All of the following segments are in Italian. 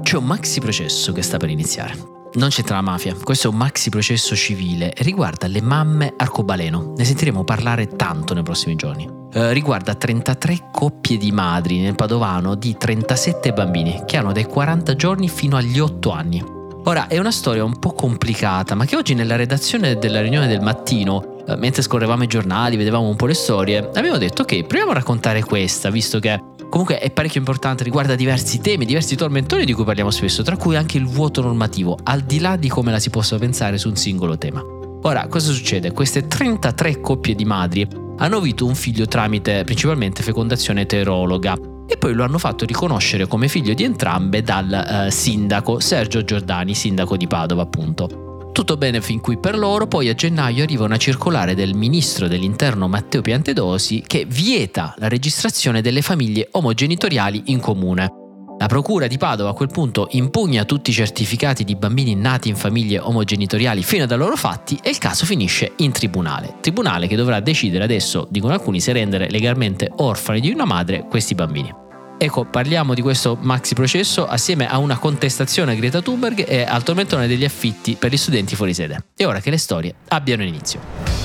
C'è un maxi processo che sta per iniziare. Non c'entra la mafia, questo è un maxi processo civile e riguarda le mamme arcobaleno. Ne sentiremo parlare tanto nei prossimi giorni. Riguarda 33 coppie di madri nel Padovano di 37 bambini che hanno dai 40 giorni fino agli 8 anni. Ora, è una storia un po' complicata, ma che oggi nella redazione della riunione del mattino, mentre scorrevamo i giornali, vedevamo un po' le storie, abbiamo detto ok, proviamo a raccontare questa, visto che comunque è parecchio importante, riguarda diversi temi, diversi tormentoni di cui parliamo spesso, tra cui anche il vuoto normativo, al di là di come la si possa pensare su un singolo tema. Ora, cosa succede? Queste 33 coppie di madri hanno avuto un figlio tramite principalmente fecondazione eterologa e poi lo hanno fatto riconoscere come figlio di entrambe dal sindaco Sergio Giordani, sindaco di Padova appunto. Tutto bene fin qui per loro, poi a gennaio arriva una circolare del ministro dell'interno Matteo Piantedosi che vieta la registrazione delle famiglie omogenitoriali in comune. La procura di Padova a quel punto impugna tutti i certificati di bambini nati in famiglie omogenitoriali fino ai loro fatti e il caso finisce in tribunale. Tribunale che dovrà decidere adesso, dicono alcuni, se rendere legalmente orfani di una madre questi bambini. Ecco, parliamo di questo maxi processo assieme a una contestazione a Greta Thunberg e al tormentone degli affitti per gli studenti fuori sede. È ora che le storie abbiano inizio.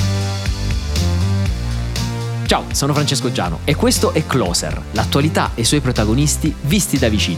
Ciao, sono Francesco Giano e questo è Closer, l'attualità e i suoi protagonisti visti da vicino.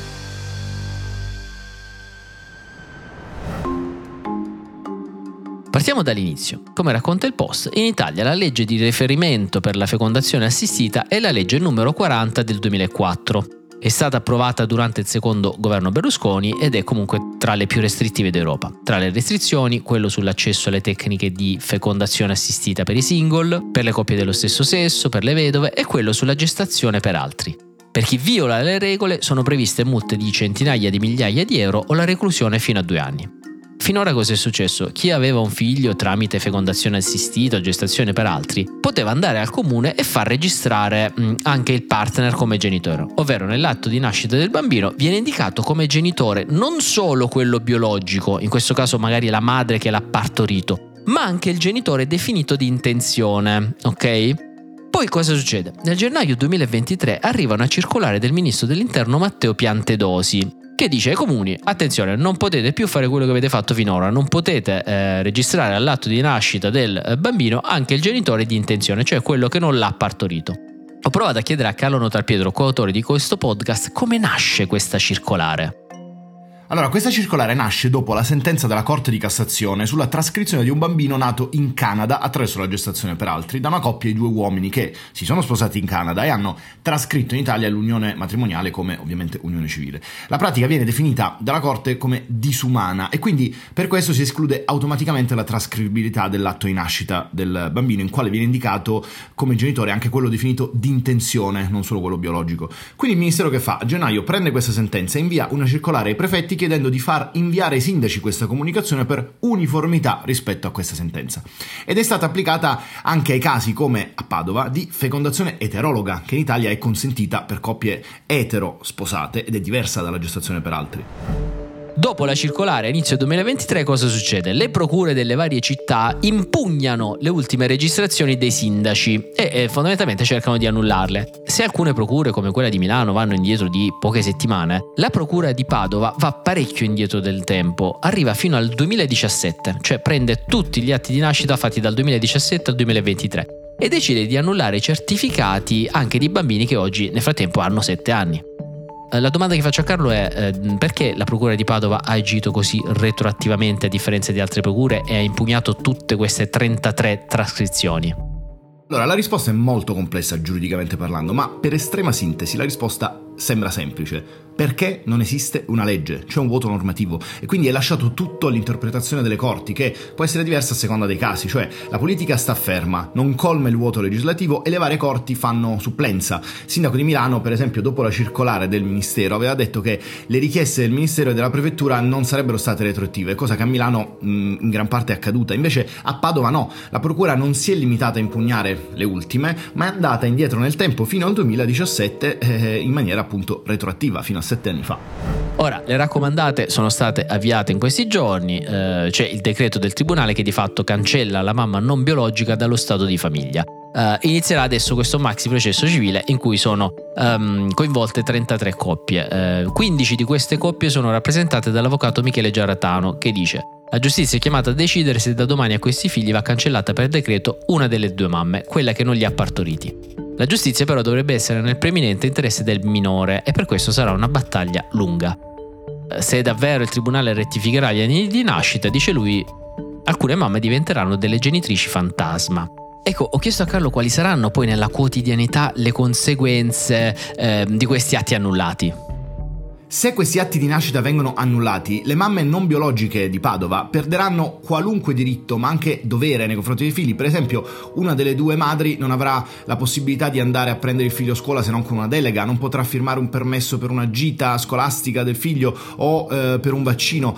Partiamo dall'inizio. Come racconta il Post, in Italia la legge di riferimento per la fecondazione assistita è la legge numero 40 del 2004. È stata approvata durante il secondo governo Berlusconi ed è comunque tra le più restrittive d'Europa. Tra le restrizioni, quello sull'accesso alle tecniche di fecondazione assistita per i single, per le coppie dello stesso sesso, per le vedove e quello sulla gestazione per altri. Per chi viola le regole sono previste multe di centinaia di migliaia di euro o la reclusione fino a 2 anni. Finora cosa è successo? Chi aveva un figlio tramite fecondazione assistita o gestazione per altri poteva andare al comune e far registrare anche il partner come genitore, ovvero nell'atto di nascita del bambino viene indicato come genitore non solo quello biologico, in questo caso magari la madre che l'ha partorito, ma anche il genitore definito di intenzione, ok? Poi cosa succede? Nel gennaio 2023 arriva una circolare del ministro dell'interno Matteo Piantedosi che dice ai comuni, attenzione, non potete più fare quello che avete fatto finora, non potete registrare all'atto di nascita del bambino anche il genitore di intenzione, cioè quello che non l'ha partorito. Ho provato a chiedere a Carlo Notarpietro, coautore di questo podcast, come nasce questa circolare. Allora, questa circolare nasce dopo la sentenza della Corte di Cassazione sulla trascrizione di un bambino nato in Canada attraverso la gestazione per altri da una coppia di 2 uomini che si sono sposati in Canada e hanno trascritto in Italia l'unione matrimoniale come ovviamente unione civile. La pratica viene definita dalla Corte come disumana e quindi per questo si esclude automaticamente la trascrivibilità dell'atto di nascita del bambino, in quale viene indicato come genitore anche quello definito di intenzione, non solo quello biologico. Quindi il Ministero che fa? A gennaio prende questa sentenza e invia una circolare ai prefetti chiedendo di far inviare ai sindaci questa comunicazione per uniformità rispetto a questa sentenza. Ed è stata applicata anche ai casi, come a Padova, di fecondazione eterologa, che in Italia è consentita per coppie etero sposate ed è diversa dalla gestazione per altri. Dopo la circolare a inizio 2023 cosa succede? Le procure delle varie città impugnano le ultime registrazioni dei sindaci e fondamentalmente cercano di annullarle. Se alcune procure come quella di Milano vanno indietro di poche settimane, la procura di Padova va parecchio indietro del tempo, arriva fino al 2017, cioè prende tutti gli atti di nascita fatti dal 2017 al 2023 e decide di annullare i certificati anche di bambini che oggi nel frattempo hanno 7 anni. La domanda che faccio a Carlo è perché la procura di Padova ha agito così retroattivamente a differenza di altre procure e ha impugnato tutte queste 33 trascrizioni? Allora, la risposta è molto complessa giuridicamente parlando, ma per estrema sintesi la risposta sembra semplice. Perché non esiste una legge, c'è un vuoto normativo e quindi è lasciato tutto all'interpretazione delle corti, che può essere diversa a seconda dei casi, cioè la politica sta ferma, non colma il vuoto legislativo e le varie corti fanno supplenza. Il sindaco di Milano, per esempio, dopo la circolare del ministero aveva detto che le richieste del ministero e della prefettura non sarebbero state retroattive, cosa che a Milano in gran parte è accaduta. Invece a Padova no, la procura non si è limitata a impugnare le ultime, ma è andata indietro nel tempo fino al 2017 in maniera appunto retroattiva, fino a 7 anni fa. Ora, le raccomandate sono state avviate in questi giorni, c'è il decreto del tribunale che di fatto cancella la mamma non biologica dallo stato di famiglia. inizierà adesso questo maxi processo civile in cui sono coinvolte 33 coppie. 15 di queste coppie sono rappresentate dall'avvocato Michele Giarratano, che dice: la giustizia è chiamata a decidere se da domani a questi figli va cancellata per decreto una delle due mamme, quella che non li ha partoriti. La giustizia però dovrebbe essere nel preminente interesse del minore e per questo sarà una battaglia lunga. Se davvero il tribunale rettificherà gli anni di nascita, dice lui, alcune mamme diventeranno delle genitrici fantasma. Ecco, ho chiesto a Carlo quali saranno poi nella quotidianità le conseguenze di questi atti annullati. Se questi atti di nascita vengono annullati, le mamme non biologiche di Padova perderanno qualunque diritto, ma anche dovere nei confronti dei figli. Per esempio, una delle due madri non avrà la possibilità di andare a prendere il figlio a scuola se non con una delega, non potrà firmare un permesso per una gita scolastica del figlio o per un vaccino,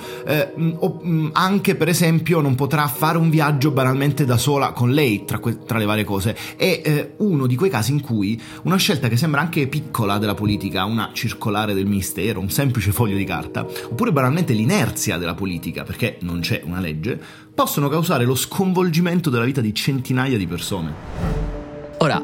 o anche, per esempio, non potrà fare un viaggio banalmente da sola con lei, tra le varie cose. È uno di quei casi in cui una scelta che sembra anche piccola della politica, una circolare del ministero, un semplice foglio di carta, oppure banalmente l'inerzia della politica, perché non c'è una legge, possono causare lo sconvolgimento della vita di centinaia di persone. Ora,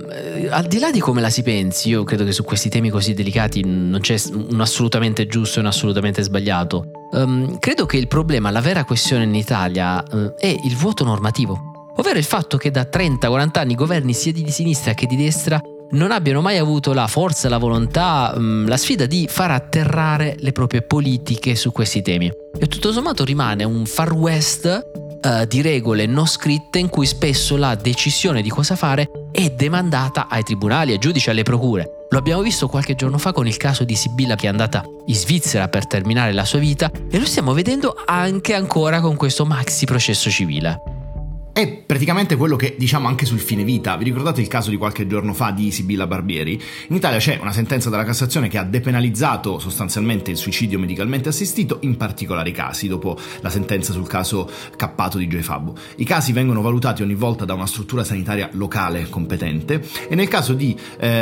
al di là di come la si pensi, io credo che su questi temi così delicati non c'è un assolutamente giusto e un assolutamente sbagliato. Credo che il problema, la vera questione in Italia è il vuoto normativo, ovvero il fatto che da 30-40 anni governi sia di sinistra che di destra non abbiano mai avuto la forza, la volontà, la sfida di far atterrare le proprie politiche su questi temi. E tutto sommato rimane un far west di regole non scritte in cui spesso la decisione di cosa fare è demandata ai tribunali, ai giudici, alle procure. Lo abbiamo visto qualche giorno fa con il caso di Sibilla, che è andata in Svizzera per terminare la sua vita, e lo stiamo vedendo anche ancora con questo maxi processo civile. È praticamente quello che diciamo anche sul fine vita. Vi ricordate il caso di qualche giorno fa di Sibilla Barbieri? In Italia c'è una sentenza della Cassazione che ha depenalizzato sostanzialmente il suicidio medicalmente assistito in particolari casi, dopo la sentenza sul caso Cappato di JFab. I casi vengono valutati ogni volta da una struttura sanitaria locale competente e nel caso di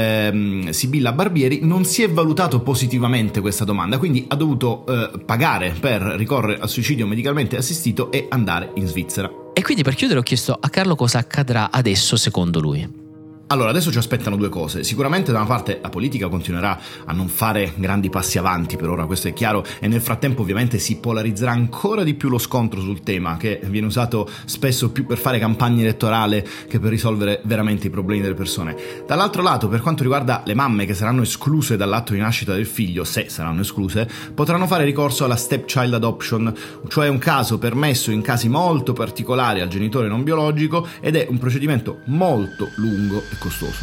Sibilla Barbieri non si è valutato positivamente questa domanda, quindi ha dovuto pagare per ricorrere al suicidio medicalmente assistito e andare in Svizzera. E quindi, per chiudere, ho chiesto a Carlo cosa accadrà adesso secondo lui. Allora, adesso ci aspettano due cose. Sicuramente da una parte la politica continuerà a non fare grandi passi avanti, per ora questo è chiaro, e nel frattempo ovviamente si polarizzerà ancora di più lo scontro sul tema, che viene usato spesso più per fare campagna elettorale che per risolvere veramente i problemi delle persone. Dall'altro lato, per quanto riguarda le mamme che saranno escluse dall'atto di nascita del figlio, se saranno escluse, potranno fare ricorso alla stepchild adoption, cioè un caso permesso in casi molto particolari al genitore non biologico, ed è un procedimento molto lungo costoso.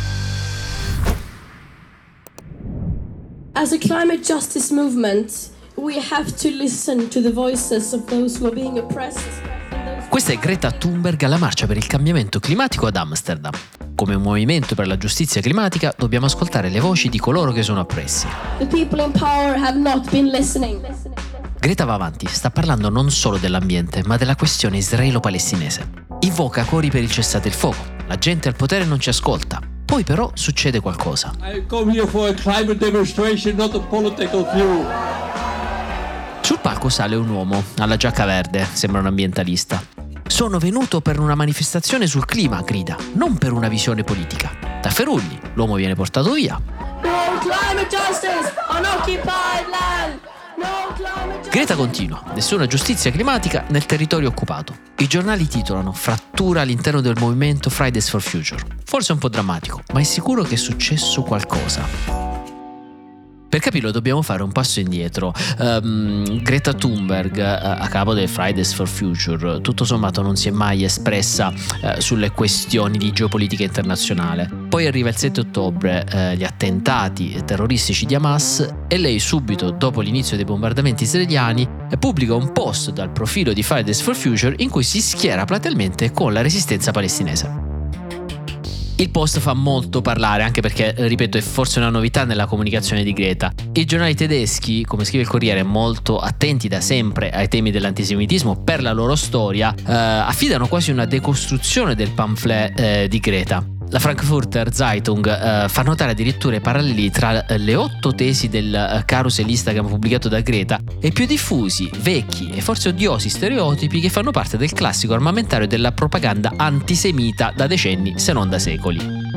As a climate justice movement, we have to listen to the voices of those who are being oppressed. Questa è Greta Thunberg alla marcia per il cambiamento climatico ad Amsterdam. Come movimento per la giustizia climatica dobbiamo ascoltare le voci di coloro che sono oppressi. The people in power have not been listening. Greta va avanti, sta parlando non solo dell'ambiente, ma della questione israelo-palestinese. Invoca cori per il cessate il fuoco. La gente al potere non ci ascolta. Poi però succede qualcosa. I come here for a climate demonstration, not a political view. Sul palco sale un uomo, alla giacca verde, sembra un ambientalista. Sono venuto per una manifestazione sul clima, grida, non per una visione politica. Tafferugli, l'uomo viene portato via. No climate justice on occupied land. Greta continua, nessuna giustizia climatica nel territorio occupato. I giornali titolano frattura all'interno del movimento Fridays for Future. Forse un po' drammatico, ma è sicuro che è successo qualcosa. Per capirlo dobbiamo fare un passo indietro. Greta Thunberg, a capo del Fridays for Future, tutto sommato non si è mai espressa sulle questioni di geopolitica internazionale. Poi arriva il 7 ottobre, gli attentati terroristici di Hamas, e lei subito dopo l'inizio dei bombardamenti israeliani pubblica un post dal profilo di Fridays for Future in cui si schiera platealmente con la resistenza palestinese. Il post fa molto parlare, anche perché, ripeto, è forse una novità nella comunicazione di Greta. I giornali tedeschi, come scrive il Corriere, molto attenti da sempre ai temi dell'antisemitismo per la loro storia, affidano quasi una decostruzione del pamphlet di Greta. La Frankfurter Zeitung fa notare addirittura i paralleli tra le 8 tesi del carousel Instagram pubblicato da Greta e i più diffusi, vecchi e forse odiosi stereotipi che fanno parte del classico armamentario della propaganda antisemita da decenni, se non da secoli.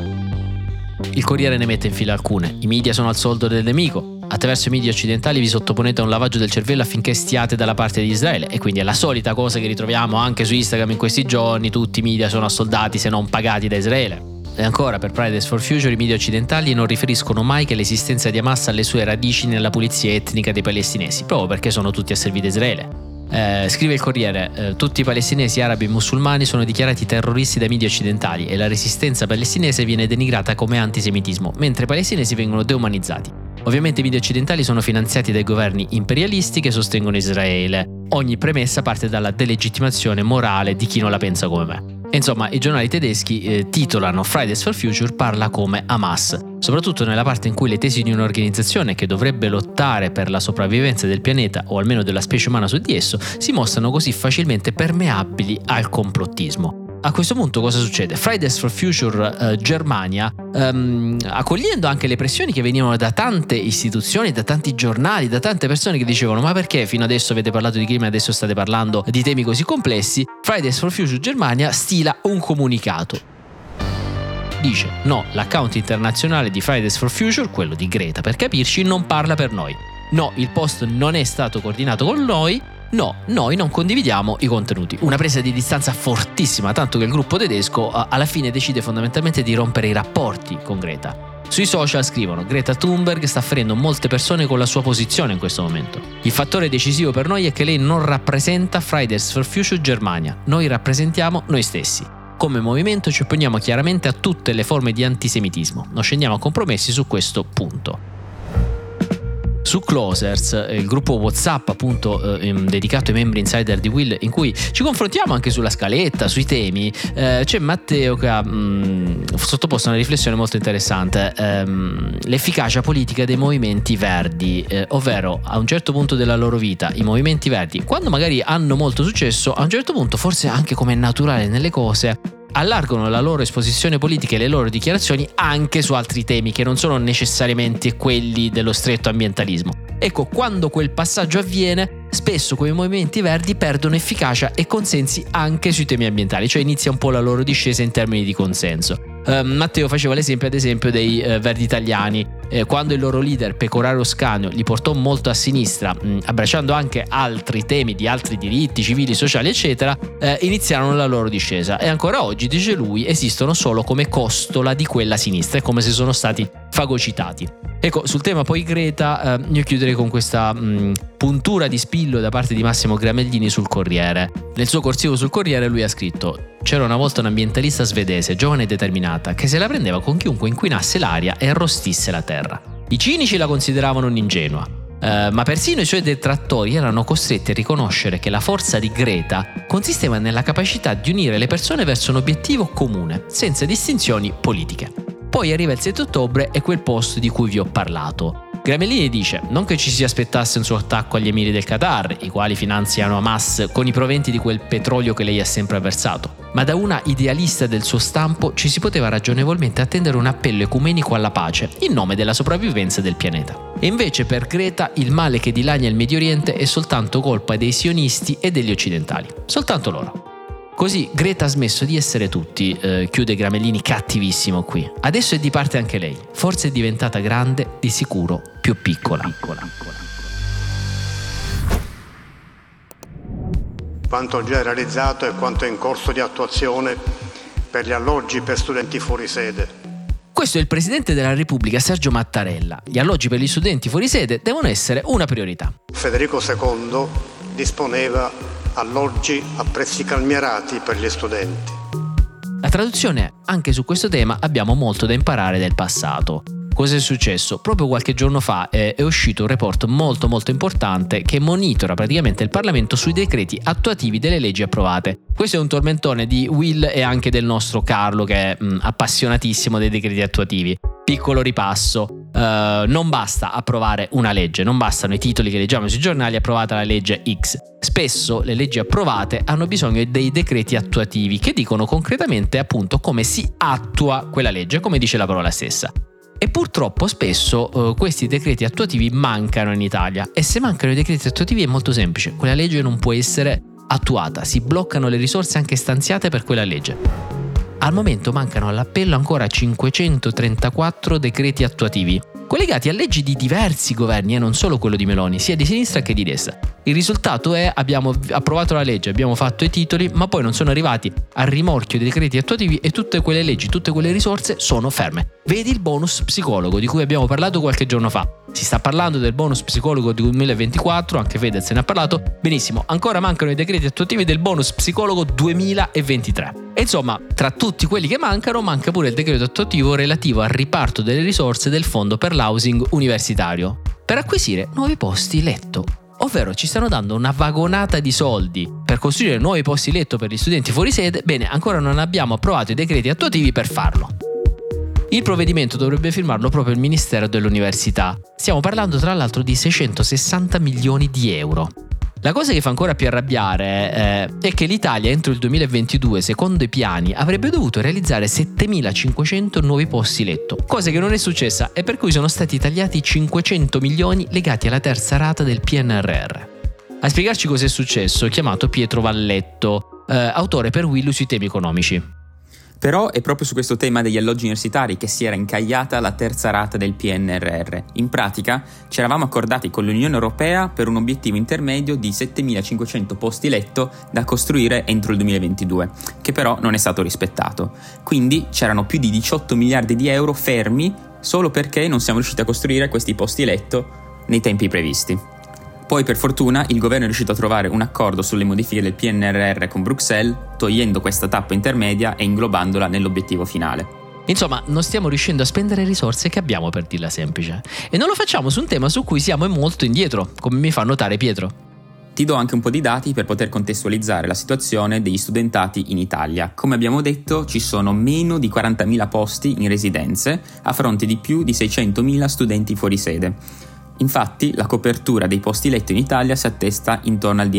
Il Corriere ne mette in fila alcune. I media sono al soldo del nemico. Attraverso i media occidentali vi sottoponete a un lavaggio del cervello affinché stiate dalla parte di Israele, e quindi è la solita cosa che ritroviamo anche su Instagram in questi giorni: tutti i media sono assoldati se non pagati da Israele. E ancora, per Fridays for Future, i media occidentali non riferiscono mai che l'esistenza di Hamas ha le sue radici nella pulizia etnica dei palestinesi, proprio perché sono tutti a servire Israele. Scrive il Corriere, tutti i palestinesi, arabi e musulmani sono dichiarati terroristi dai media occidentali e la resistenza palestinese viene denigrata come antisemitismo, mentre i palestinesi vengono deumanizzati. Ovviamente i media occidentali sono finanziati dai governi imperialisti che sostengono Israele. Ogni premessa parte dalla delegittimazione morale di chi non la pensa come me. Insomma, i giornali tedeschi titolano Fridays for Future parla come Hamas, soprattutto nella parte in cui le tesi di un'organizzazione che dovrebbe lottare per la sopravvivenza del pianeta o almeno della specie umana su di esso si mostrano così facilmente permeabili al complottismo. A questo punto cosa succede? Fridays for Future Germania, accogliendo anche le pressioni che venivano da tante istituzioni, da tanti giornali, da tante persone che dicevano ma perché fino adesso avete parlato di crimine e adesso state parlando di temi così complessi, Fridays for Future Germania stila un comunicato. Dice no, l'account internazionale di Fridays for Future, quello di Greta per capirci, non parla per noi. No, il post non è stato coordinato con noi. No, noi non condividiamo i contenuti. Una presa di distanza fortissima, tanto che il gruppo tedesco alla fine decide fondamentalmente di rompere i rapporti con Greta. Sui social scrivono: Greta Thunberg sta ferendo molte persone con la sua posizione in questo momento. Il fattore decisivo per noi è che lei non rappresenta Fridays for Future Germania. Noi rappresentiamo noi stessi. Come movimento ci opponiamo chiaramente a tutte le forme di antisemitismo. Non scendiamo a compromessi su questo punto. Su Closers, il gruppo WhatsApp appunto dedicato ai membri insider di Will, in cui ci confrontiamo anche sulla scaletta, sui temi, c'è Matteo che ha sottoposto una riflessione molto interessante, l'efficacia politica dei movimenti verdi, ovvero a un certo punto della loro vita i movimenti verdi, quando magari hanno molto successo, a un certo punto, forse anche come è naturale nelle cose, allargano la loro esposizione politica e le loro dichiarazioni anche su altri temi che non sono necessariamente quelli dello stretto ambientalismo. Ecco, quando quel passaggio avviene, spesso quei movimenti verdi perdono efficacia e consensi anche sui temi ambientali, cioè inizia un po' la loro discesa in termini di consenso. Matteo faceva l'esempio ad esempio dei Verdi italiani, quando il loro leader Pecoraro Scanio li portò molto a sinistra, abbracciando anche altri temi di altri diritti civili, sociali eccetera, iniziarono la loro discesa e ancora oggi, dice lui, esistono solo come costola di quella sinistra, è come se sono stati fagocitati. Ecco, sul tema poi Greta io chiuderei con questa puntura di spillo da parte di Massimo Gramellini sul Corriere. Nel suo corsivo sul Corriere lui ha scritto: c'era una volta un ambientalista svedese, giovane e determinata, che se la prendeva con chiunque inquinasse l'aria e arrostisse la terra. I cinici la consideravano un'ingenua, ma persino i suoi detrattori erano costretti a riconoscere che la forza di Greta consisteva nella capacità di unire le persone verso un obiettivo comune, senza distinzioni politiche. Poi arriva il 7 ottobre e quel post di cui vi ho parlato. Gramellini dice: non che ci si aspettasse un suo attacco agli emiri del Qatar, i quali finanziano Hamas con i proventi di quel petrolio che lei ha sempre avversato, ma da una idealista del suo stampo ci si poteva ragionevolmente attendere un appello ecumenico alla pace in nome della sopravvivenza del pianeta. E invece per Greta il male che dilania il Medio Oriente è soltanto colpa dei sionisti e degli occidentali, soltanto loro. Così Greta ha smesso di essere tutti, chiude Gramellini cattivissimo qui. Adesso è di parte anche lei. Forse è diventata grande, di sicuro più piccola. Quanto già realizzato e quanto è in corso di attuazione per gli alloggi per studenti fuori sede. Questo è il Presidente della Repubblica Sergio Mattarella. Gli alloggi per gli studenti fuori sede devono essere una priorità. Federico II disponeva alloggi a prezzi calmierati per gli studenti. La traduzione è: anche su questo tema abbiamo molto da imparare del passato. Cosa è successo? Proprio qualche giorno fa è uscito un report molto importante che monitora praticamente il Parlamento sui decreti attuativi delle leggi approvate. Questo è un tormentone di Will e anche del nostro Carlo, che è appassionatissimo dei decreti attuativi. Piccolo ripasso. non basta approvare una legge, non bastano i titoli che leggiamo sui giornali, approvata la legge X. Spesso le leggi approvate hanno bisogno dei decreti attuativi che dicono concretamente appunto come si attua quella legge, come dice la parola stessa. E purtroppo spesso questi decreti attuativi mancano in Italia, e se mancano i decreti attuativi è molto semplice: quella legge non può essere attuata, si bloccano le risorse anche stanziate per quella legge. Al momento mancano all'appello ancora 534 decreti attuativi, collegati a leggi di diversi governi e non solo quello di Meloni, sia di sinistra che di destra. Il risultato è: abbiamo approvato la legge, abbiamo fatto i titoli, ma poi non sono arrivati al rimorchio dei decreti attuativi e tutte quelle leggi, tutte quelle risorse sono ferme. Vedi il bonus psicologo di cui abbiamo parlato qualche giorno fa. Si sta parlando del bonus psicologo di 2024, anche Fedez se ne ha parlato. Benissimo, ancora mancano i decreti attuativi del bonus psicologo 2023. E insomma, tra tutti quelli che mancano, manca pure il decreto attuativo relativo al riparto delle risorse del fondo per l'housing universitario, per acquisire nuovi posti letto. Ovvero ci stanno dando una vagonata di soldi per costruire nuovi posti letto per gli studenti fuori sede. Bene, ancora non abbiamo approvato i decreti attuativi per farlo. Il provvedimento dovrebbe firmarlo proprio il Ministero dell'Università. Stiamo parlando tra l'altro di 660 milioni di euro. La cosa che fa ancora più arrabbiare è che l'Italia entro il 2022, secondo i piani, avrebbe dovuto realizzare 7.500 nuovi posti letto, cosa che non è successa e per cui sono stati tagliati 500 milioni legati alla terza rata del PNRR. A spiegarci cosa è successo, chiamato Pietro Valletto, autore per Willu sui temi economici. Però è proprio su questo tema degli alloggi universitari che si era incagliata la terza rata del PNRR. In pratica ci eravamo accordati con l'Unione Europea per un obiettivo intermedio di 7.500 posti letto da costruire entro il 2022, che però non è stato rispettato. Quindi c'erano più di 18 miliardi di euro fermi solo perché non siamo riusciti a costruire questi posti letto nei tempi previsti. Poi per fortuna il governo è riuscito a trovare un accordo sulle modifiche del PNRR con Bruxelles, togliendo questa tappa intermedia e inglobandola nell'obiettivo finale. Insomma, non stiamo riuscendo a spendere risorse che abbiamo, per dirla semplice. E non lo facciamo su un tema su cui siamo molto indietro, come mi fa notare Pietro. Ti do anche un po' di dati per poter contestualizzare la situazione degli studentati in Italia. Come abbiamo detto, ci sono meno di 40.000 posti in residenze, a fronte di più di 600.000 studenti fuori sede. Infatti, la copertura dei posti letto in Italia si attesta intorno al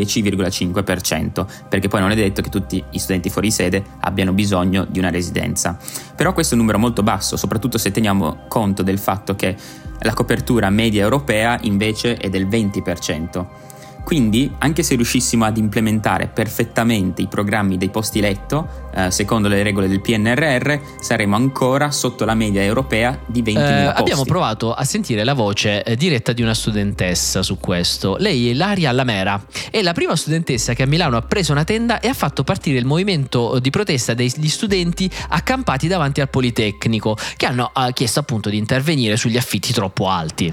10,5%, perché poi non è detto che tutti gli studenti fuori sede abbiano bisogno di una residenza. Però questo è un numero molto basso, soprattutto se teniamo conto del fatto che la copertura media europea invece è del 20%. Quindi, anche se riuscissimo ad implementare perfettamente i programmi dei posti letto, secondo le regole del PNRR, saremo ancora sotto la media europea di 20.000 posti. Abbiamo provato a sentire la voce diretta di una studentessa su questo. Lei è Ilaria Lamera, è la prima studentessa che a Milano ha preso una tenda e ha fatto partire il movimento di protesta degli studenti accampati davanti al Politecnico, che hanno chiesto appunto di intervenire sugli affitti troppo alti.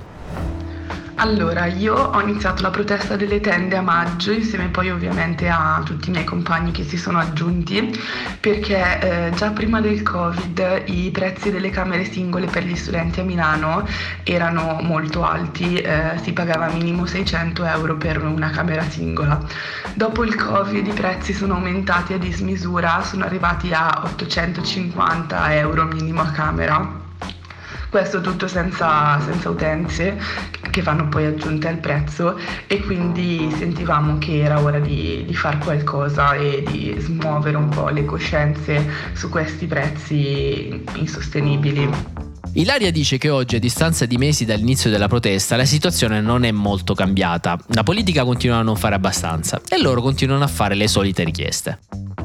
Allora, io ho iniziato la protesta delle tende a maggio, insieme poi ovviamente a tutti i miei compagni che si sono aggiunti, perché già prima del Covid i prezzi delle camere singole per gli studenti a Milano erano molto alti, si pagava minimo 600 euro per una camera singola. Dopo il Covid i prezzi sono aumentati a dismisura, sono arrivati a 850 euro minimo a camera. Questo tutto senza utenze che vanno poi aggiunte al prezzo, e quindi sentivamo che era ora di far qualcosa e di smuovere un po' le coscienze su questi prezzi insostenibili. Ilaria dice che oggi, a distanza di mesi dall'inizio della protesta, la situazione non è molto cambiata. La politica continua a non fare abbastanza e loro continuano a fare le solite richieste.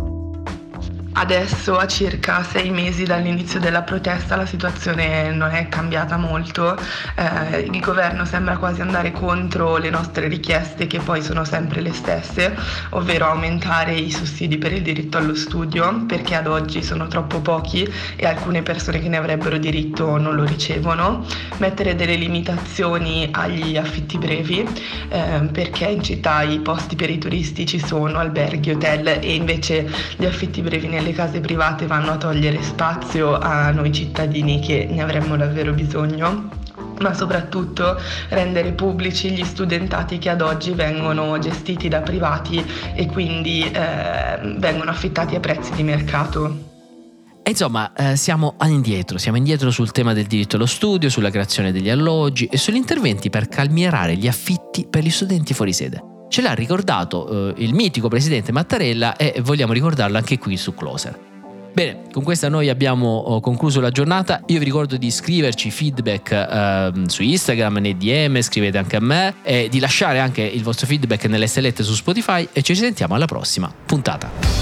Adesso, a circa 6 mesi dall'inizio della protesta, la situazione non è cambiata molto. Il governo sembra quasi andare contro le nostre richieste, che poi sono sempre le stesse, ovvero aumentare i sussidi per il diritto allo studio, perché ad oggi sono troppo pochi e alcune persone che ne avrebbero diritto non lo ricevono, mettere delle limitazioni agli affitti brevi, perché in città i posti per i turisti ci sono, alberghi, hotel, e invece gli affitti brevi nelle case private vanno a togliere spazio a noi cittadini che ne avremmo davvero bisogno. Ma soprattutto rendere pubblici gli studentati che ad oggi vengono gestiti da privati e quindi vengono affittati a prezzi di mercato. E insomma, siamo indietro sul tema del diritto allo studio, sulla creazione degli alloggi e sugli interventi per calmierare gli affitti per gli studenti fuori sede. Ce l'ha ricordato il mitico presidente Mattarella e vogliamo ricordarlo anche qui su Closer. Bene, con questa noi abbiamo concluso la giornata. Io vi ricordo di scriverci feedback su Instagram, nei DM, scrivete anche a me, e di lasciare anche il vostro feedback nelle stellette su Spotify, e ci sentiamo alla prossima puntata.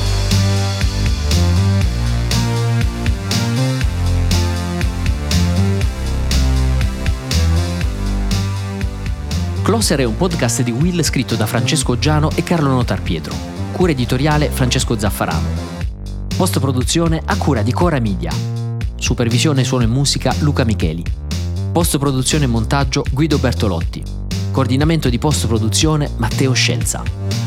Closer è un podcast di Will scritto da Francesco Giano e Carlo Notarpietro. Cura editoriale Francesco Zaffarano. Post-produzione a cura di Cora Media. Supervisione suono e musica Luca Micheli. Post-produzione e montaggio Guido Bertolotti. Coordinamento di post-produzione Matteo Scelza.